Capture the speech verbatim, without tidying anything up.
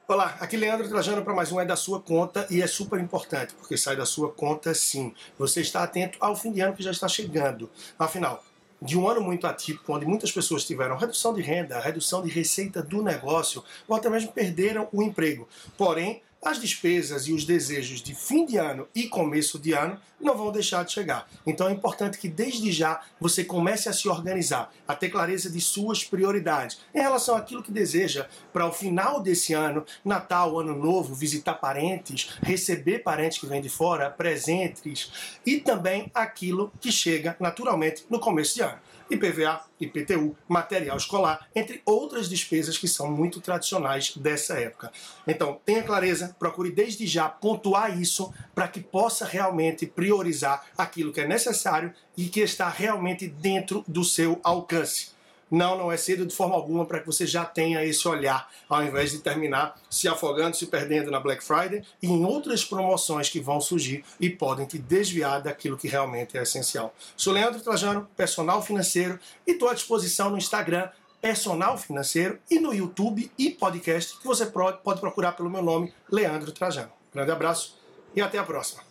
Olá, aqui Leandro Trajano para mais um É da Sua Conta e é super importante, porque sai da sua conta sim. Você está atento ao fim de ano que já está chegando. Afinal, de um ano muito atípico, onde muitas pessoas tiveram redução de renda, redução de receita do negócio, ou até mesmo perderam o emprego. Porém, as despesas e os desejos de fim de ano e começo de ano não vão deixar de chegar. Então é importante que desde já você comece a se organizar, a ter clareza de suas prioridades em relação àquilo que deseja para o final desse ano, Natal, Ano Novo, visitar parentes, receber parentes que vêm de fora, presentes e também aquilo que chega naturalmente no começo de ano. I P V A, I P T U, material escolar, entre outras despesas que são muito tradicionais dessa época. Então, tenha clareza, procure desde já pontuar isso para que possa realmente priorizar aquilo que é necessário e que está realmente dentro do seu alcance. Não, não é cedo de forma alguma para que você já tenha esse olhar, ao invés de terminar se afogando, se perdendo na Black Friday e em outras promoções que vão surgir e podem te desviar daquilo que realmente é essencial. Sou Leandro Trajano, personal financeiro, e estou à disposição no Instagram, personal financeiro, e no YouTube e podcast, que você pode procurar pelo meu nome, Leandro Trajano. Grande abraço e até a próxima.